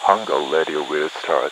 Hunger Radio will start.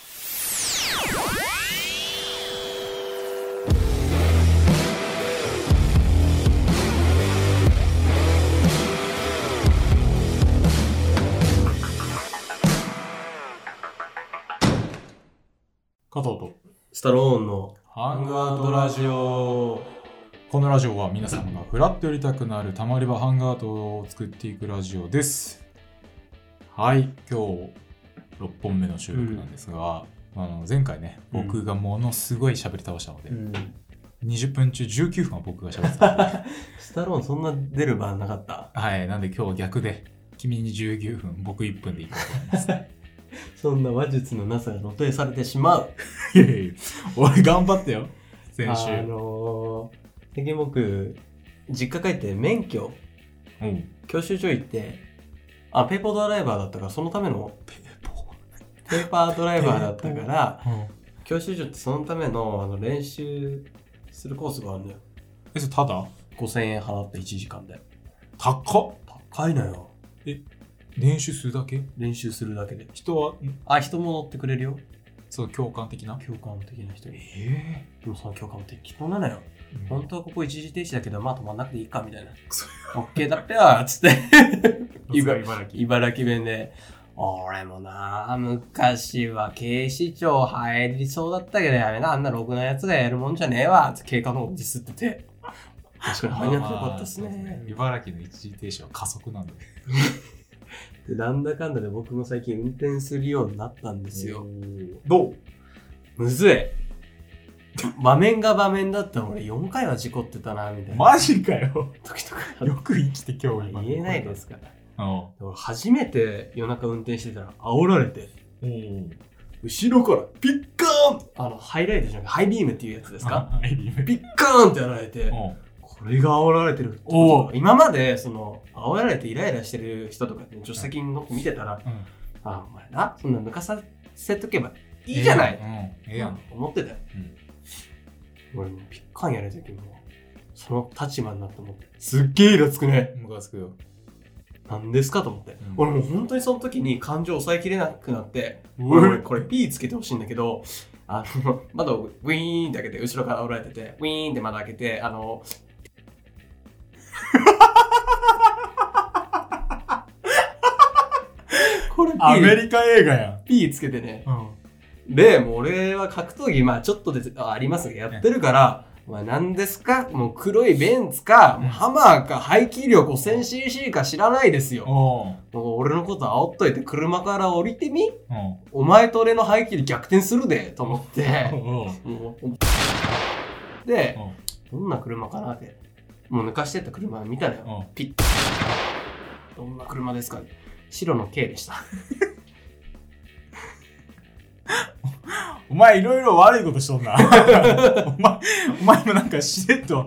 加藤とスタローンのハングアウトラジオ。このラジオは皆様がフラッと寄りたくなるたまり場ハングアウトを作っていくラジオです。はい、今日6本目の収録なんですが、前回ね、僕がものすごい喋り倒したので、20分中19分は僕が喋ってたのでスタローンそんな出る場なかった。 はい、なんで今日は逆で君に19分僕1分でいこうと思いますそんな話術のなさが露呈されてしまう。 いやいや俺頑張ったよ先週。 最近僕実家帰って免許教習所行って、ペーパードライバーだったから、そのためのペーパードライバーだったから、教習所ってそのための練習するコースがあるのよ。 それただ 5000円払って1時間で。 高いのよ。 練習するだけ？ 練習するだけで。 人は人も乗ってくれるよ。 そう、共感的な人。でもその共感適当なのよ。本当はここ一時停止だけど、止まんなくていいかみたいな。オッケーだったよつって茨城弁で、俺もな昔は警視庁入りそうだったけど、やめな、あんなろくなやつがやるもんじゃねえわって警官のことディスってて、確かに入らなくてよかったっすね。 茨城の一時停止は加速なんだよで、なんだかんだで僕も最近運転するようになったんですよ。 どう？ むずい。場面が場面だったら俺4回は事故ってたなみたいな。 マジかよ。 時とかよく生きて今日言えないですから。 俺初めて夜中運転してたら煽られて、後ろからピッカーン、ハイライトじゃなくてハイビームっていうやつですか？ピッカーンってやられて、これが煽られてる。今まで煽られてイライラしてる人とか助手席に乗って見てたら、お前な、そんな抜かさせとけばいいじゃない、思ってたよ。俺もピッカーンやるときもその立場になって思って、すっげえイラつくね。 ムカつくよ。 なんですかと思って、俺もう本当にその時に感情を抑えきれなくなって、俺これ P つけてほしいんだけど、窓をウィーンって開けて、後ろから煽られてて、ウィーンって窓開けて、これ P、 アメリカ映画やん。 P つけてね、で、もう俺は格闘技、ちょっとでありますがやってるから、何ですか、もう黒いベンツか、ハマーか、排気量 5000cc か知らないですよ。もう俺のこと煽っといて車から降りてみ、お前と俺の排気量逆転するでと思ってで、どんな車かなってもう抜かしてった車見たのよ。ピッ、どんな車ですか、白の K でしたお前いろいろ悪いことしとんなお前もなんかしれっと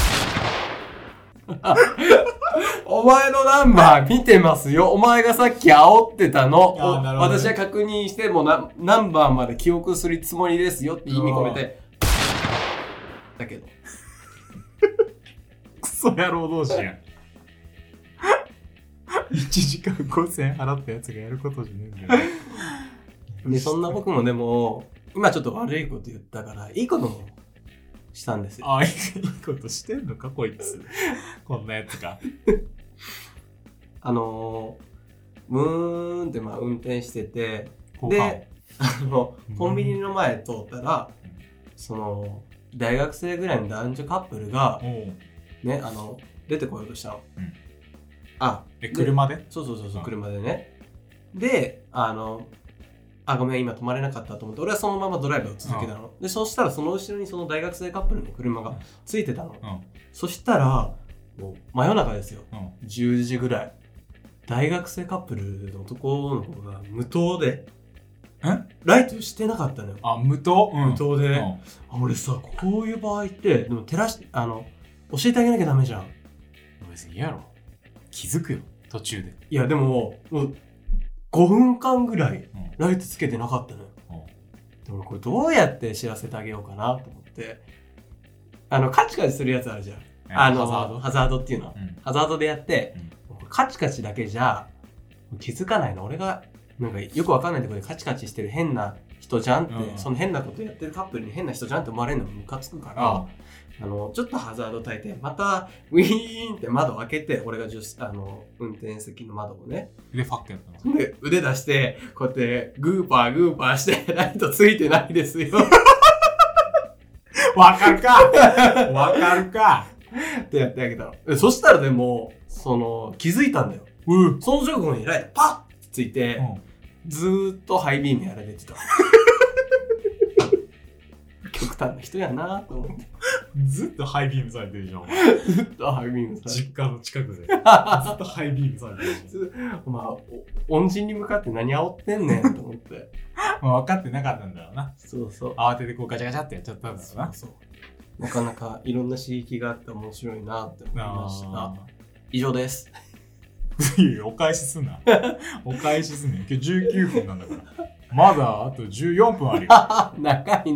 お前のナンバー見てますよ。お前がさっき煽ってたの、私は確認してもナンバーまで記憶するつもりですよって意味込めてだけどクソ野郎同士やん1時間5000円払ったやつがやることじゃねえんだよで、そんな僕もでも今ちょっと悪いこと言ったからいいこともしたんですよ。 いいことしてんのかこいつこんなやつがムーンって運転してて、でコンビニの前通ったら、大学生ぐらいの男女カップルがね、出てこようとしたの。 車で？ そう、車でね。で、ごめん、今止まれなかったと思って、俺はそのままドライブを続けたの。で、そしたらその後ろにその大学生カップルの車がついてたの。そしたら、もう真夜中ですよ。10時ぐらい。大学生カップルの男の子が無灯で、ライトしてなかったのよ。 無灯？ 無灯で。俺さ、こういう場合って、でも照らし、教えてあげなきゃダメじゃん。 別にいいやろ。気づくよ、途中で。 いや、でもう5分間ぐらいライトつけてなかったのよ。でもこれどうやって知らせてあげようかなと思って、カチカチするやつあるじゃん。ハザードっていうのは、ハザードでやって、カチカチだけじゃ気づかないの俺がなんかよくわかんないところでカチカチしてる変な人じゃんって、その変なことやってるカップルに変な人じゃんって思われるのもムカつくから、ちょっとハザード焚いて、またウィーンって窓開けて、俺が運転席の窓をね、 腕ファックやったの。 で腕出して、こうやってグーパーしてライトついてないですよ。 わかるかわかるかってやってあげたの。そしたらでも、気づいたんだよ。その直後にライトパッてついて、ずーっとハイビームやられてた。極端な人やなと思って。 ずっとハイビームされてるじゃん。 ずっとハイビームされてる。 実家の近くで。ずっとハイビームされてるじゃん。 まあ、恩人に向かって何煽ってんねんと思って。 まあ分かってなかったんだろうな。 そうそう。 慌ててこうガチャガチャってやっちゃったんだろうな。 そう。なかなかいろんな刺激があって面白いなって思いました。以上です。 お返しすんな。お返しすんねん。今日19分なんだから。まだあと14分あるよ。 長い。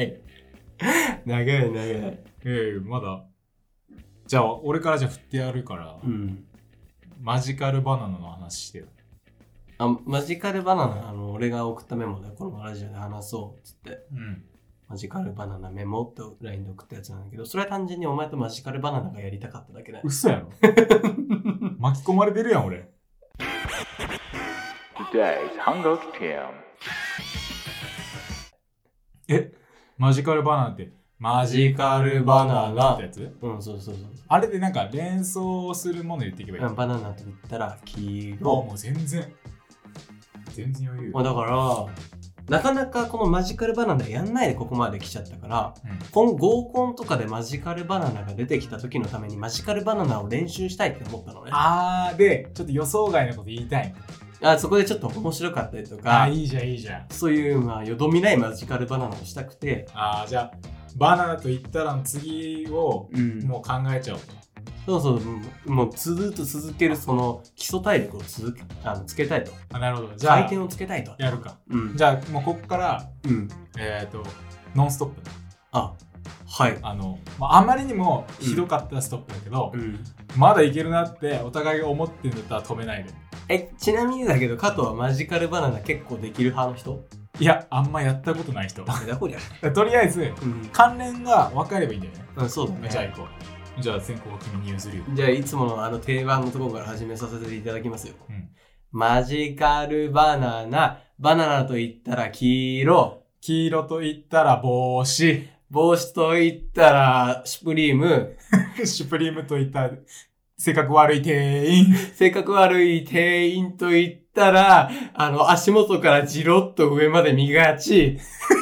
まだ。じゃあ、俺からじゃ振ってやるから、マジカルバナナの話してよ。 マジカルバナナ、俺が送ったメモでこのラジオで話そうっつって。マジカルバナナメモって LINE で送ったやつなんだけど、それは単純にお前とマジカルバナナがやりたかっただけだよ。 嘘やろ巻き込まれてるやん、俺。 Today's Hanguk Team。 マジカルバナナって、マジカルバナナってやつ？ そう。 あれでなんか連想するもの言っていけばいい。 バナナと言ったら黄色。 もう全然余裕。 だから、なかなかこのマジカルバナナやんないでここまで来ちゃったから、今合コンとかでマジカルバナナが出てきた時のためにマジカルバナナを練習したいって思ったのね。 で、ちょっと予想外のこと言いたい。 そこでちょっと面白かったりとか。 いいじゃん。 そういう、よどみないマジカルバナナをしたくて。 じゃあ、バナナと言ったらの次を、もう考えちゃおうと。 そう。もうずっと続けるその基礎体力をつけたいと。 なるほど。じゃあ、 回転をつけたいと。 やるか。じゃあ、もうここから、ノンストップ。 はい。 あまりにもひどかったらストップだけど、まだいけるなってお互いが思ってるんだったら止めないで。 ちなみにだけど、加藤はマジカルバナナ結構できる派の人？ いや、あんまやったことない人。 ダメだこりゃ。 とりあえず、関連が分かればいいんだよね。 そうだね。 じゃあ行こう。じゃあ先行は君に譲るよ。 じゃあいつもの定番のところから始めさせていただきますよ。マジカルバナナ。バナナと言ったら黄色。 黄色と言ったら帽子。 帽子と言ったらシュプリーム。 シュプリームと言ったら性格悪い店員。 性格悪い店員と言ったら、足元からジロッと上まで見がち。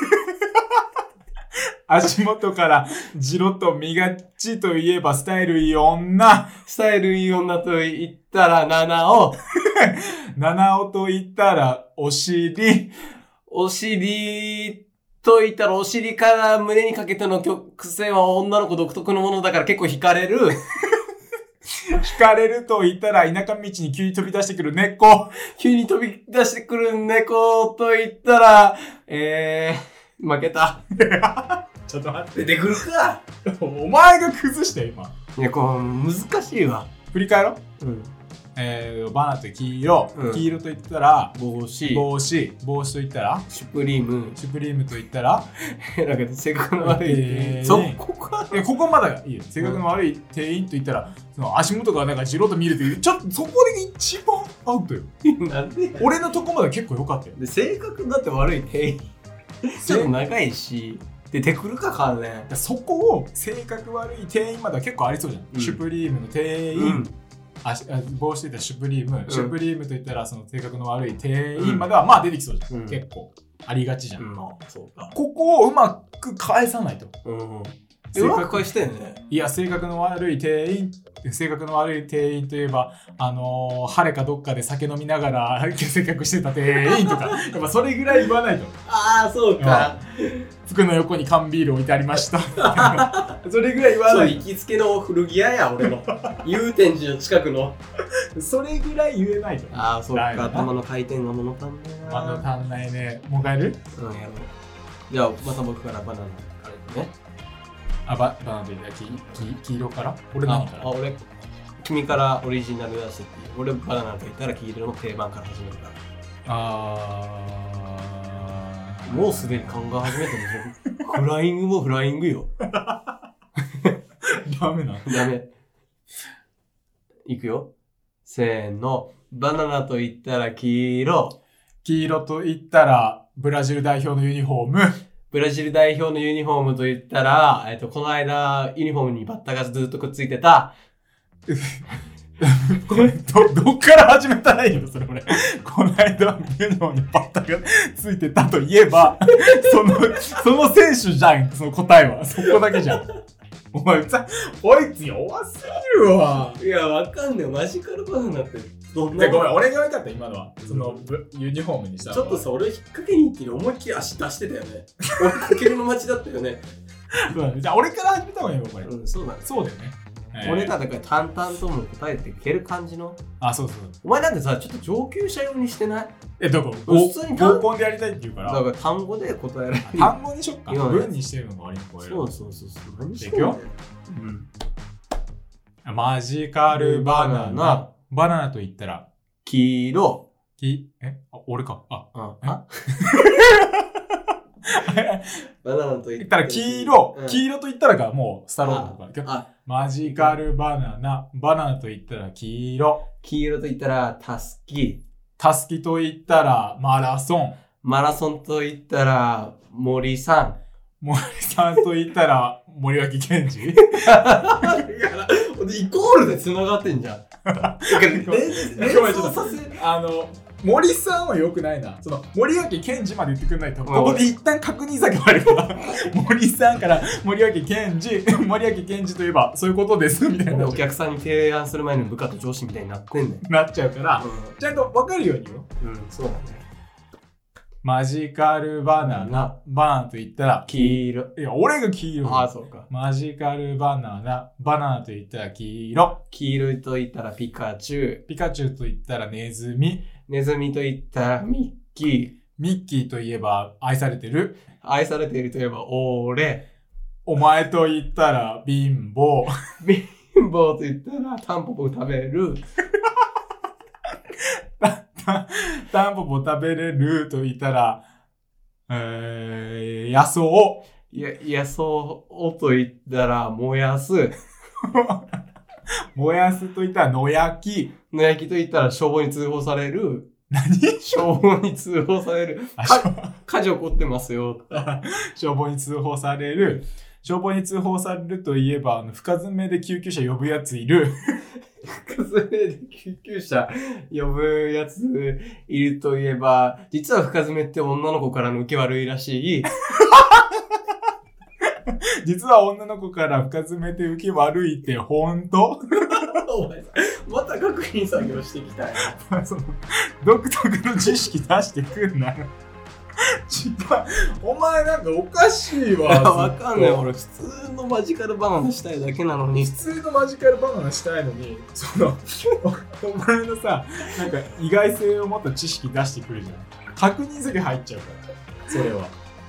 足元からジロッと見がちといえばスタイルいい女。 スタイルいい女と言ったら七尾。 七尾と言ったらお尻。 お尻と言ったらお尻から胸にかけての曲線は女の子独特のものだから結構惹かれる。 惹かれると言ったら田舎道に急に飛び出してくる猫。 急に飛び出してくる猫と言ったら、負けた。 ちょっと待って。 出てくるか。 お前が崩したよ、今。 いや、難しいわ。 振り返ろう。バナナと黄色。黄色と言ったら、 帽子。 帽子と言ったら、 シュプリーム。 シュプリームと言ったら、 なんか性格の悪い。ここまだいいよ。性格の悪い店員と言ったら、その足元がなんかジロッと見るという、ちょっとそこで一番アウトよ。 なんで？ 俺のとこまで結構良かったよ。 で、性格だって悪い店員。ちょっと長いし。出てくるか関連。 そこを性格悪い店員までは結構ありそうじゃん。シュプリームの店員。帽子といったらシュプリーム、シュプリームといったらその性格の悪い店員まではまあ出てきそうじゃん。結構ありがちじゃん。 そうか。 ここをうまく返さないと。 うまく返してんね。 いや、性格の悪い店員といえば、晴れかどっかで酒飲みながら接客してた店員とか、やっぱそれぐらい言わないと。 そうか。 服の横に缶ビール置いてありました。それぐらい言わない。 行きつけの古着屋や、俺の。祐天寺の近くの。 それぐらい言えないと。 そうか。頭の回転が物足んないな。 物足んないね。もう一回やる？ やろう。じゃあ、また僕からバナナからね。 バナナで黄色から？俺何から？ 君からオリジナル出してっていい。俺バナナと言ったら黄色の定番から始めるから。 もうすでに考え始めてるじゃん。フライングもフライングよ。 ダメな。 ダメ。いくよ。せーの。バナナと言ったら黄色。 黄色と言ったらブラジル代表のユニフォーム。 ブラジル代表のユニフォームと言ったら、この間ユニフォームにバッタがずっとくっついてた。 これどっから始めたらいいのそれ俺。この間ユニフォームにバッタがついてたといえば、その選手じゃん、その答えは。そこだけじゃん。お前さ、こいつ弱すぎるわ。 いや、わかんねえ。マジカルバナナってどんで、 な。 ごめん、俺が悪かった、今のは。そのユニフォームにしたちょっとさ、俺引っ掛けに行って思いっきり足出してたよね。俺かけるの街だったよね。 そうだね。じゃあ俺から始めた方がいいよ、これ。 うん、そうだね。 そうだよね。 俺らだから淡々とも答えていける感じの。 あ、そうそう。 お前なんてさ、ちょっと上級者用にしてない？ どこ普通に合コンでやりたいって言うから。 だから単語で答えられる。 単語にしよっか。 今ね文にしてるのが悪いのこれ。 そう。何していくよ。マジカルバナナ。バナナと言ったら黄色。 俺か。 バナナと言ったら黄色。黄色と言ったらか、もうスタローンとか。マジカルバナナ。バナナと言ったら黄色。 黄色と言ったらタスキ。 タスキと言ったらマラソン。 マラソンと言ったら森さん。 森さんと言ったら森脇健児。 イコールで繋がってんじゃん。 森さんは良くないな。その森脇健児まで言ってくんないと、ここで一旦確認先があるから。森さんから森脇健児、森脇健児といえばそういうことですみたいな。 お客さんに提案する前に部下と上司みたいになってんねん。 なっちゃうから、ちゃんと分かるようによ。 そうだね。 マジカルバナナ。バナナと言ったら黄色。 いや、俺が黄色。 ああ、そうか。 マジカルバナナ。バナナと言ったら黄色。 黄色と言ったらピカチュウ。 ピカチュウと言ったらネズミ。 ネズミと言ったらミッキー。 ミッキーといえば愛されてる。 愛されているといえば俺。 お前と言ったら貧乏。 貧乏と言ったらタンポポ食べる。 タンポポ食べれると言ったら、野草。 野草と言ったら燃やす。 燃やすと言ったら野焼き。 野焼きと言ったら消防に通報される。 何？ 消防に通報される。火事起こってますよ。 消防に通報される。消防に通報されるといえば、深爪で救急車呼ぶやついる。 深爪で救急車呼ぶやついるといえば、実は深爪って女の子からの受け悪いらしい。 実は女の子から深爪で受け悪いって本当？ お前さ、また確認作業してきたよ。 その独特の知識出してくんなよ。お前なんかおかしいわ。 わかんない。俺普通のマジカルバナナしたいだけなのに。 普通のマジカルバナナしたいのに、お前のさ、なんか意外性を持った知識出してくるじゃん。確認先入っちゃうから。それは。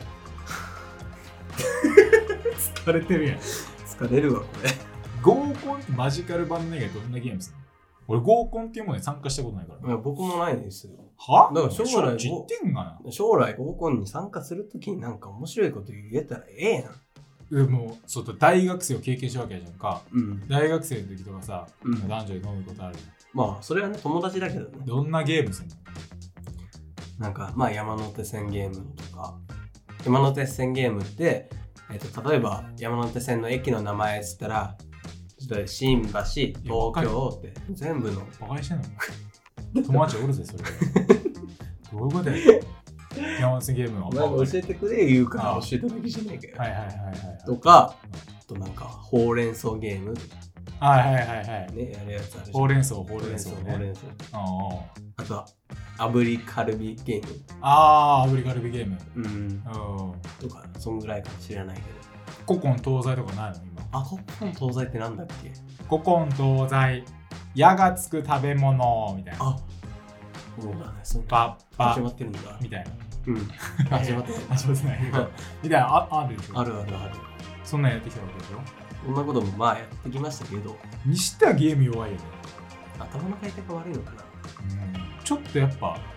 疲れてるやん。 疲れるわ、これ。 合コンってマジカルバナナ以外どんなゲームするの？俺合コンっていうものに参加したことないから。 いや、僕もないですよ。 は？ だから将来知ってんがな。 将来合コンに参加するときになんか面白いこと言えたらええやん。 もうそうと大学生を経験したわけじゃんか。 うん。 大学生の時とかさ、男女で飲むことある。 まあそれはね友達だけどね。 どんなゲームするの？ なんかまあ山手線ゲームとか。山手線ゲームって例えば山手線の駅の名前っつったら。新橋、東京って全部のバカにしてんの？友達おるぜそれ。どういうことや？山手線ゲームの。 教えてくれ言うから教えただけじゃないかよ。 はい。 とか、あとなんかほうれん草ゲームとか。 はい。ね、 やるやつあるじゃん。 ほうれん草ね。あとは炙りカルビゲーム。 炙りカルビゲーム。 とか、そんぐらいかもしれないけど。 古今東西とかないの今？ 古今東西ってなんだっけ？ 古今東西、矢がつく食べ物みたいな。 そうだね。 パッパ始まってるんだ。 みたいな。 始まってないけど。みたいな、あるでしょ？ ある。 そんなんやってきたわけでしょ？ そんなこともまあやってきましたけど。 にしてはゲーム弱いよね。 頭の回転が悪いのかな？ ちょっとやっぱ、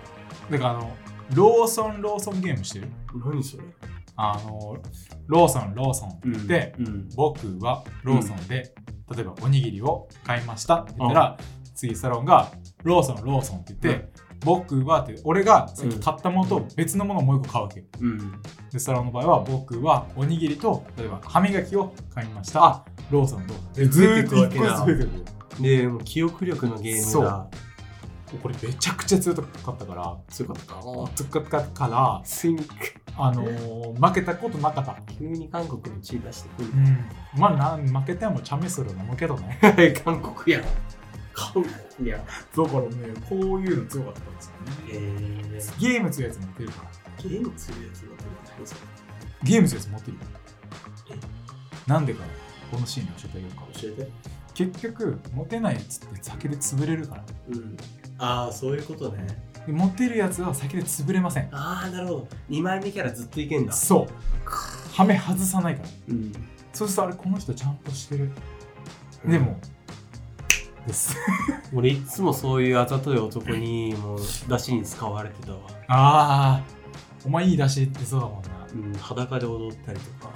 だからローソンゲームしてる？ 何それ？ ローソンで、僕はローソンで、例えばおにぎりを買いましたって言ったら、次サロンがローソンって言って、僕はって俺がさっき買ったものと別のものをもう一個買うわけよ。でサロンの場合は僕はおにぎりと例えば歯磨きを買いました。ローソンでずーっと一個ずつ増えてくる。 でもう記憶力のゲームだ。 これめちゃくちゃ強かったから強かからスインク負けたことなかった。 急に韓国の地位出してくる。 まあ負けてもチャミスル飲むけどね。 韓国やだからね、 こういうの強かったんですよね。ゲーム強いやつ持ってるから。 ゲーム強いやつ持ってるから。 ゲーム強いやつ持ってるよ。なんでかこのシーンに教えてあげようか。 教えて。 結局モテないやつって酒で潰れるから。 ああ、そういうことね。 でモテるやつは酒で潰れません。 ああ、なるほど。2枚目キャラずっといけんだ。 そう。ハメ外さないから。そうするとあれこの人ちゃんとしてる。でもです俺いつもそういうあざとい男にもう出汁に使われてたわ。 ああ、お前いい出汁ってそうだもんな。 裸で踊ったりとか。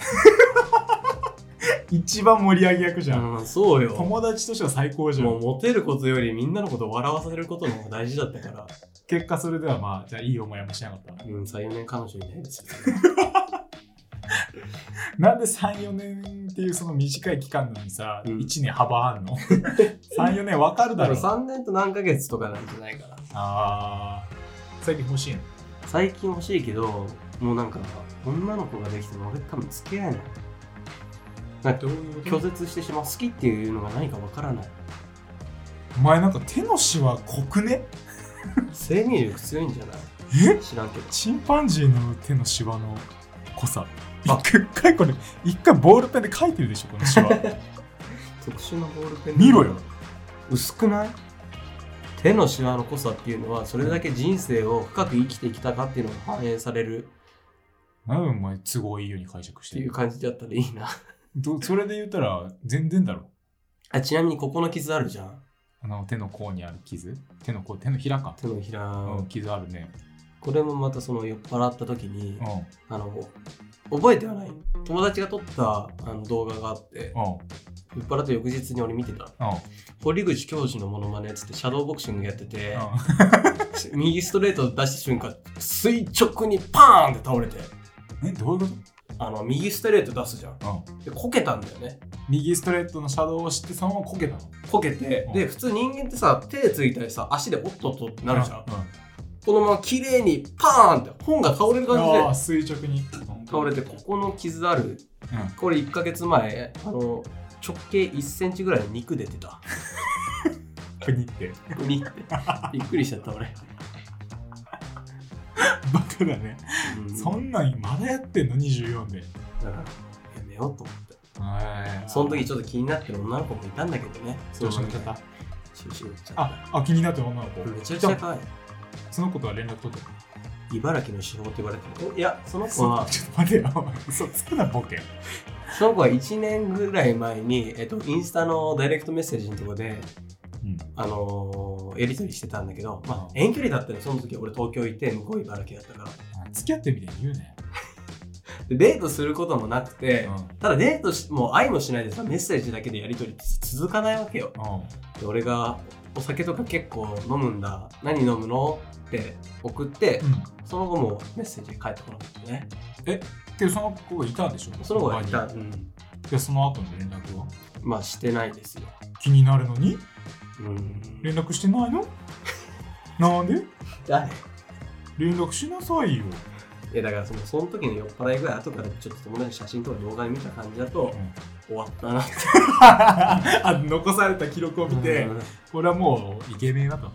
一番盛り上げ役じゃん。 そうよ。 友達としては最高じゃん。 もうモテることよりみんなのことを笑わせることの方が大事だったから。 結果それではまあじゃあいい思いはもしなかった。 3、4年彼女いないですよ。 なんで3、4年っていうその短い期間なのにさ、1年幅あんの？ 3、4年わかるだろ。 3年と何ヶ月とかなんじゃないから。 最近欲しいの？ 最近欲しいけど、もうなんか女の子ができても俺多分付き合えない。拒絶してしまう。好きっていうのが何かわからない。 お前なんか手のシワ濃くね？ 生命力強いんじゃない？知らんけど。 チンパンジーの手のシワの濃さ。一回ボールペンで描いてるでしょこのシワ。 特殊なボールペン。 見ろよ。 薄くない？手のシワの濃さっていうのはそれだけ人生を深く生きてきたかっていうのが反映される。 なんでお前都合いいように解釈してるっていう感じだったらいいな。 それで言ったら全然だろ。 ちなみにここの傷あるじゃん。 手の甲にある傷？手のひらか。 手のひら、 傷あるね。 これもまたその酔っ払った時に、覚えてはない。友達が撮った動画があって、酔っ払った翌日に俺見てた。堀口教授のモノマネっつってシャドーボクシングやってて、右ストレート出した瞬間垂直にパーンって倒れて。 どういうこと？ 右ストレート出すじゃん。でこけたんだよね。 右ストレートのシャドウをしてそのままこけたの。 こけて、で普通人間ってさ手ついたりさ足でおっとっとってなるじゃん。このまま綺麗にパーンって本が倒れる感じで垂直に倒れて、ここの傷ある。これ1ヶ月前直径1センチぐらいの肉出てた。 くにってびっくりしちゃった俺。 バカだね。そんなんまだやってんの24で。 だからやめようと思って。その時ちょっと気になってる女の子もいたんだけどね。 調子乗っちゃった。 気になってる女の子。 めちゃくちゃ可愛い。 その子とは連絡取ってる？茨城の司法って言われてる。いや、その子はちょっと待てよ。嘘つくなボケ。 その子は1年ぐらい前にインスタのダイレクトメッセージのとこでやり取りしてたんだけど、遠距離だったらその時俺東京いて向こう茨城だったから。 付き合ってみたいに言うね。 でデートすることもなくて、ただデートもう愛もしないでさメッセージだけでやり取りって続かないわけよ。で俺がお酒とか結構飲むんだ、何飲むのって送って、その後もメッセージ返ってこなかったね。 けどその子がいたんでしょ？ その子がいた。 でその後の連絡は？ してないですよ。 気になるのに連絡してないの？なんで？ 誰？ 連絡しなさいよ。 いやだからその時の酔っ払いぐらい後からちょっと友達の写真とか動画で見た感じだと、終わったなって残された記録を見て、これはもうイケメンだと。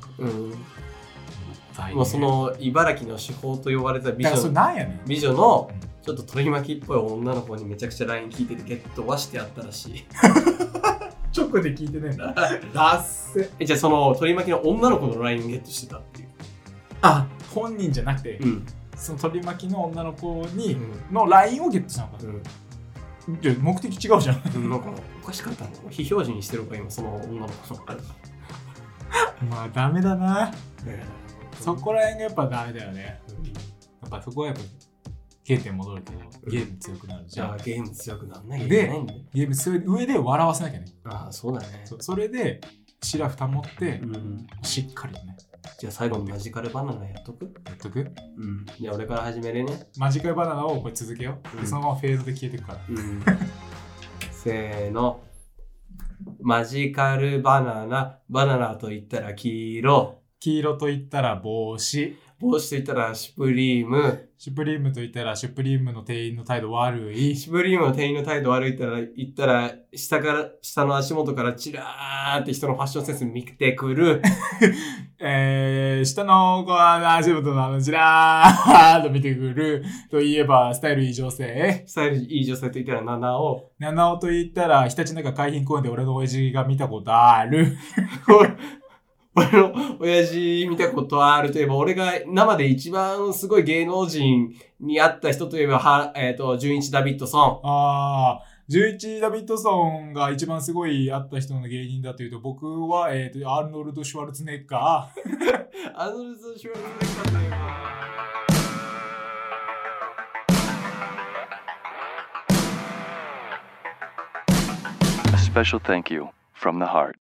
その茨城の司法と呼ばれた美女のちょっと取り巻きっぽい女の子にめちゃくちゃ LINE 聞いててゲットはしてあったらしい。 直で聞いてねえんだ。だっせ。 じゃあその取り巻きの女の子の LINE ゲットしてたっていう。 本人じゃなくて、その取り巻きの女の子にの LINE をゲットしたのか。じゃ目的違うじゃん。 なんかおかしかったの。非表示にしてるか今その女の子の。 まあダメだな。 そこら辺がやっぱダメだよね。やっぱそこはやっぱ原点戻るけど、ゲーム強くなるじゃん。 ゲーム強くならなきゃいけないんだよ。 ゲーム強い上で笑わせなきゃね。 ああ、そうだね。 それでシラフ保って、しっかりね。 じゃあ最後のマジカルバナナやっとく？じゃあ俺から始めるね。 マジカルバナナをこれ続けよう。でそのままフェーズで消えてくから。 せーの。マジカルバナナ。バナナと言ったら黄色。 黄色と言ったら帽子。 帽子と言ったらシュプリーム。 シュプリームと言ったらシュプリームの店員の態度悪い。 シュプリームの店員の態度悪いって言ったら下の足元からチラーって人のファッションセンス見てくる。 下の子は足元のチラーっと見てくるといえばスタイルいい女性。 スタイルいい女性と言ったら七尾。 七尾と言ったらひたちなか海浜公園で俺の親父が見たことある。 俺の親父見たことあるといえば、俺が生で一番すごい芸能人に会った人といえば、純一ダビッドソン。 純一ダビッドソンが一番すごい会った人の芸人だというと、僕は、アーノルド・シュワルツェネッガー。 アーノルド・シュワルツェネッガーといえば。 A special thank you from the heart.